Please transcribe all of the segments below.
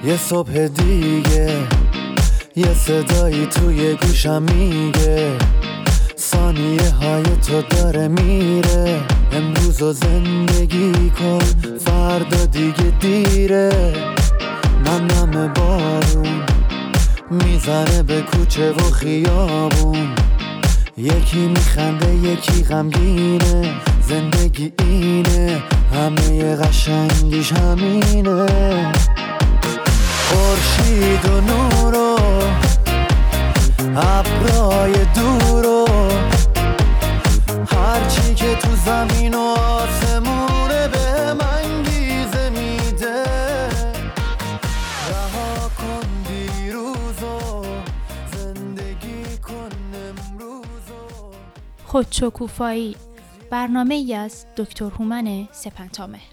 یه صبح دیگه یه صدایی توی گوشم میگه ثانیه های تو داره میره، امروز رو زندگی کن فردا دیگه دیره. نم بارون میزنه به کوچه و خیابون، یکی میخنده یکی غمگینه، زندگی اینه همه قشنگیش همینه. خورشید و نور و ابرای دور و هرچی که تو زمین و آسمونه به من انگیزه میده. رها کن دیروزو زندگی کن امروزو. خودشکوفایی، برنامه ای از دکتر هومن سپنتامهر.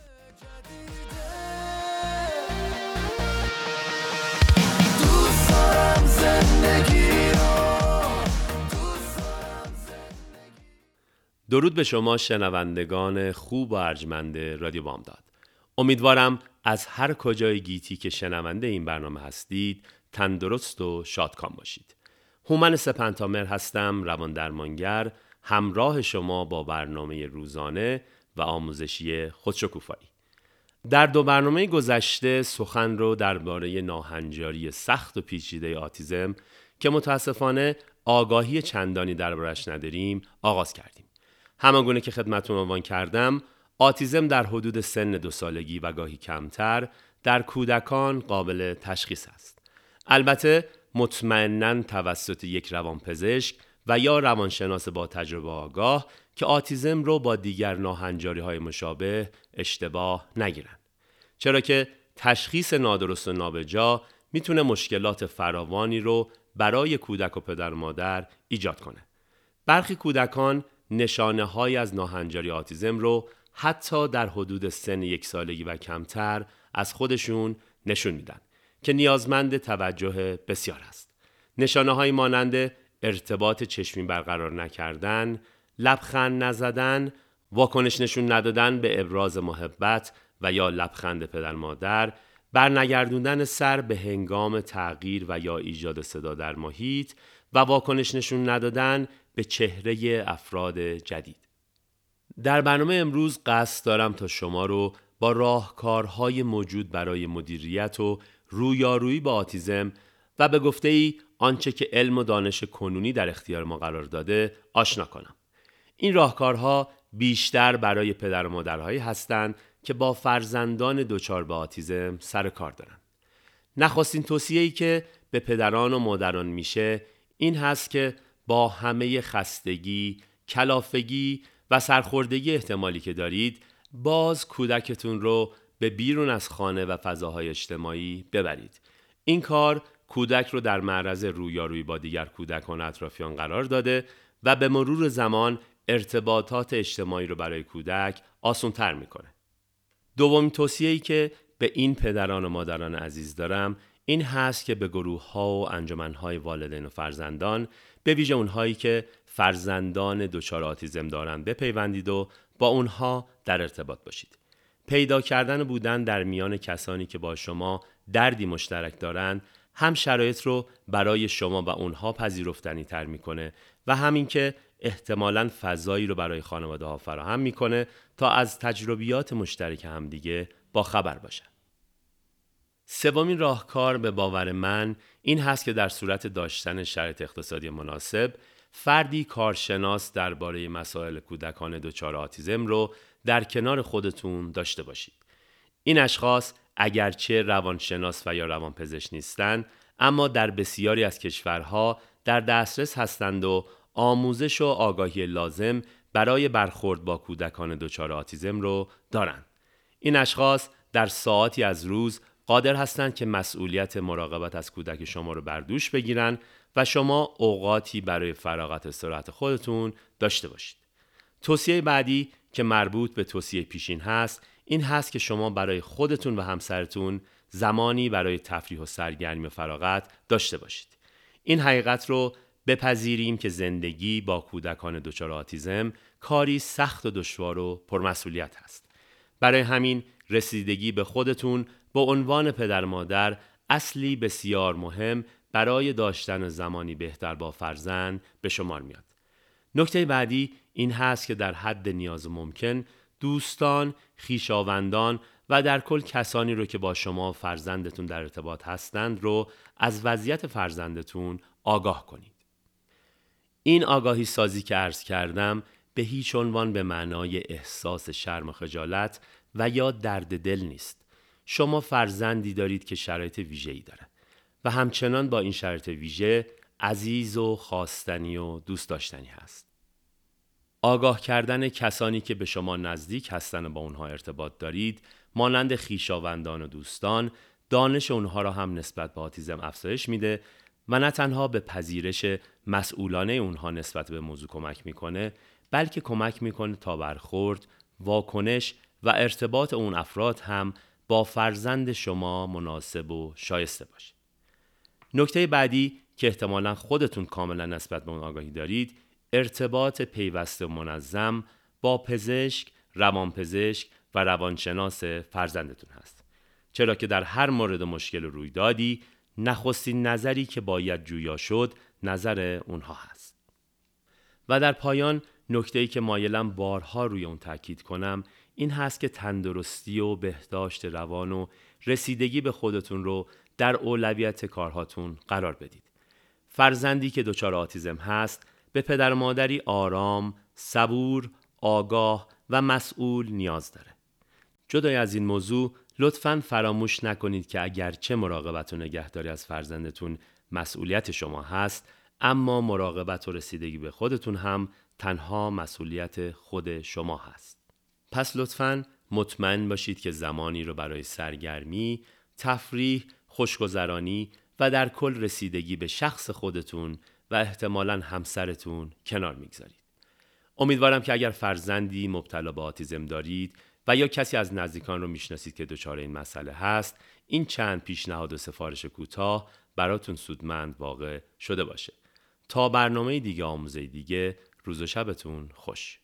درود به شما شنوندگان خوب و ارجمند رادیو بامداد. امیدوارم از هر کجای گیتی که شنونده این برنامه هستید تندرست و شادکام باشید. هومن سپنتامهر هستم، روان درمانگر، همراه شما با برنامه روزانه و آموزشی خودشکوفایی. در 2 برنامه گذشته سخن رو درباره ناهنجاری سخت و پیچیده آتیزم که متاسفانه آگاهی چندانی دربارش نداریم آغاز کردیم. همانگونه که خدمتتون عنوان کردم، آتیزم در حدود سن 2 سالگی و گاهی کمتر در کودکان قابل تشخیص است. البته مطمئناً توسط یک روانپزشک و یا روانشناس با تجربه آگاه که آتیزم رو با دیگر ناهنجاری‌های مشابه اشتباه نگیرن. چرا که تشخیص نادرست و نابجا میتونه مشکلات فراوانی رو برای کودک و پدر و مادر ایجاد کنه. برخی کودکان نشانه‌های از ناهنجاری آتیزم رو حتی در حدود سن 1 سالگی و کمتر از خودشون نشون میدن که نیازمند توجه بسیار است. نشانه‌هایی مانند ارتباط چشمی برقرار نکردن، لبخند نزدن، واکنش نشون ندادن به ابراز محبت و یا لبخند پدر مادر، برنگردوندن سر به هنگام تغییر و یا ایجاد صدا در محیط و واکنش نشون ندادن به چهره افراد جدید. در برنامه امروز قصد دارم تا شما رو با راهکارهای موجود برای مدیریت و رویارویی با آتیزم و به گفته‌ای آنچه که علم و دانش کنونی در اختیار ما قرار داده آشنا کنم. این راهکارها بیشتر برای پدر و مادرهایی هستند که با فرزندان دچار به آتیزم سر کار دارن. نخستین توصیه‌ای که به پدران و مادران میشه این هست که با همه خستگی، کلافگی و سرخوردگی احتمالی که دارید، باز کودکتون رو به بیرون از خانه و فضاهای اجتماعی ببرید. این کار کودک رو در معرض رویارویی با دیگر کودکان و اطرافیان قرار داده و به مرور زمان ارتباطات اجتماعی رو برای کودک آسان‌تر میکنه. دومین توصیه‌ای که به این پدران و مادران عزیز دارم این هست که به گروه‌ها و انجمن‌های والدین و فرزندان، به ویژه اونهایی که فرزندان دچار آتیزم دارند، بپیوندید و با اونها در ارتباط باشید. پیدا کردن و بودن در میان کسانی که با شما دردی مشترک دارند هم شرایط رو برای شما و اونها پذیرفتنی تر میکنه و همین که احتمالاً فضایی رو برای خانواده ها فراهم میکنه تا از تجربیات مشترک همدیگه با خبر باشن. سومین راهکار به باور من این هست که در صورت داشتن شرایط اقتصادی مناسب، فردی کارشناس درباره مسائل کودکان دچار آتیزم رو در کنار خودتون داشته باشید. این اشخاص اگرچه روانشناس و یا روانپزشک نیستند، اما در بسیاری از کشورها در دسترس هستند و آموزش و آگاهی لازم برای برخورد با کودکان دچار آتیزم رو دارند. این اشخاص در ساعاتی از روز قادر هستند که مسئولیت مراقبت از کودک شما رو بر دوش بگیرن و شما اوقاتی برای فراغت استراحت خودتون داشته باشید. توصیه بعدی که مربوط به توصیه پیشین هست این هست که شما برای خودتون و همسرتون زمانی برای تفریح و سرگرمی و فراغت داشته باشید. این حقیقت رو بپذیریم که زندگی با کودکان دچار آتیزم کاری سخت و دشوار و پرمسئولیت هست. برای همین رسیدگی به خودتون به عنوان پدر مادر اصلی بسیار مهم برای داشتن زمانی بهتر با فرزند به شمار میاد. نکته بعدی این هست که در حد نیاز ممکن دوستان، خویشاوندان و در کل کسانی رو که با شما و فرزندتون در ارتباط هستند رو از وضعیت فرزندتون آگاه کنید. این آگاهی سازی که عرض کردم به هیچ عنوان به معنای احساس شرم و خجالت و یا درد دل نیست. شما فرزندی دارید که شرایط ویژه‌ای داره و همچنان با این شرایط ویژه عزیز و خواستنی و دوست داشتنی هست. آگاه کردن کسانی که به شما نزدیک هستن و با اونها ارتباط دارید، مانند خویشاوندان و دوستان، دانش اونها را هم نسبت به آتیزم افزایش میده و نه تنها به پذیرش مسئولانه اونها نسبت به موضوع کمک میکنه، بلکه کمک میکنه تا برخورد، واکنش و ارتباط اون افراد هم با فرزند شما مناسب و شایسته باشه. نکته بعدی که احتمالاً خودتون کاملا نسبت به اون آگاهی دارید، ارتباط پیوسته و منظم با پزشک، روانپزشک و روانشناس فرزندتون هست. چرا که در هر مورد مشکل و رویدادی نخستین نظری که باید جویا شد نظر اونها هست. و در پایان نکته‌ای که مایلم بارها روی اون تاکید کنم این هست که تندرستی و بهداشت روان و رسیدگی به خودتون رو در اولویت کارهاتون قرار بدید. فرزندی که دچار آتیزم هست به پدر و مادری آرام، صبور، آگاه و مسئول نیاز داره. جدای از این موضوع لطفاً فراموش نکنید که اگرچه مراقبت و نگهداری از فرزندتون مسئولیت شما هست، اما مراقبت و رسیدگی به خودتون هم تنها مسئولیت خود شما هست. پس لطفاً مطمئن باشید که زمانی رو برای سرگرمی، تفریح، خوشگذرانی و در کل رسیدگی به شخص خودتون و احتمالاً همسرتون کنار میگذارید. امیدوارم که اگر فرزندی مبتلا به آتیزم دارید و یا کسی از نزدیکان رو میشناسید که دچار این مسئله هست، این چند پیشنهاد و سفارش کوتاه براتون سودمند واقع شده باشه. تا برنامه دیگه، آموزه دیگه، روز و شبتون خوش.